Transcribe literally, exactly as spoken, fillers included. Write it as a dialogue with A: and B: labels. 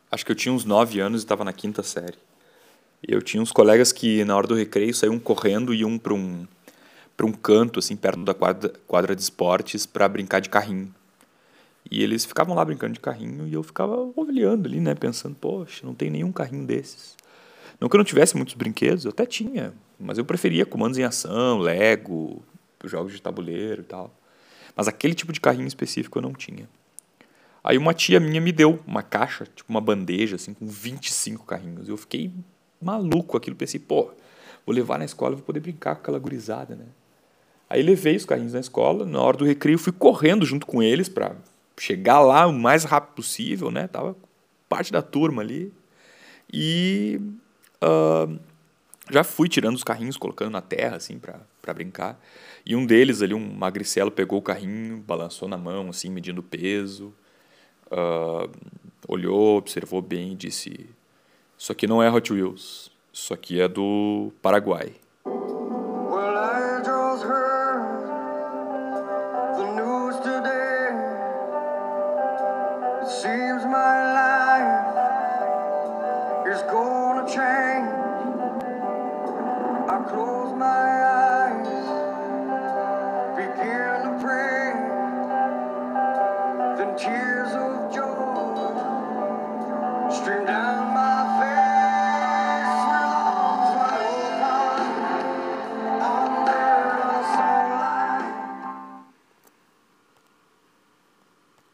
A: Acho que eu tinha uns nove anos e estava na quinta série. E eu tinha uns colegas que, na hora do recreio, saíam correndo e iam para um, para um canto, assim, perto da quadra, quadra de esportes, para brincar de carrinho. E eles ficavam lá brincando de carrinho e eu ficava olhando ali, né? Pensando, poxa, não tem nenhum carrinho desses. Não que eu não tivesse muitos brinquedos, eu até tinha. Mas eu preferia comandos em ação, Lego, jogos de tabuleiro e tal. Mas aquele tipo de carrinho específico eu não tinha. Aí uma tia minha me deu uma caixa, tipo uma bandeja, assim, com vinte e cinco carrinhos. Eu fiquei maluco com aquilo. Pensei, pô, vou levar na escola e vou poder brincar com aquela gurizada, né? Aí levei os carrinhos na escola, na hora do recreio fui correndo junto com eles pra chegar lá o mais rápido possível, né? Tava parte da turma ali. E ah, já fui tirando os carrinhos, colocando na terra, assim, pra, pra brincar. E um deles ali, um magricelo, pegou o carrinho, balançou na mão, assim, medindo o peso. ah, Olhou, observou bem e disse: Isso aqui não é Hot Wheels, isso aqui é do Paraguai.
B: Well, I just heard the news today. It seems my life is gonna change. I close my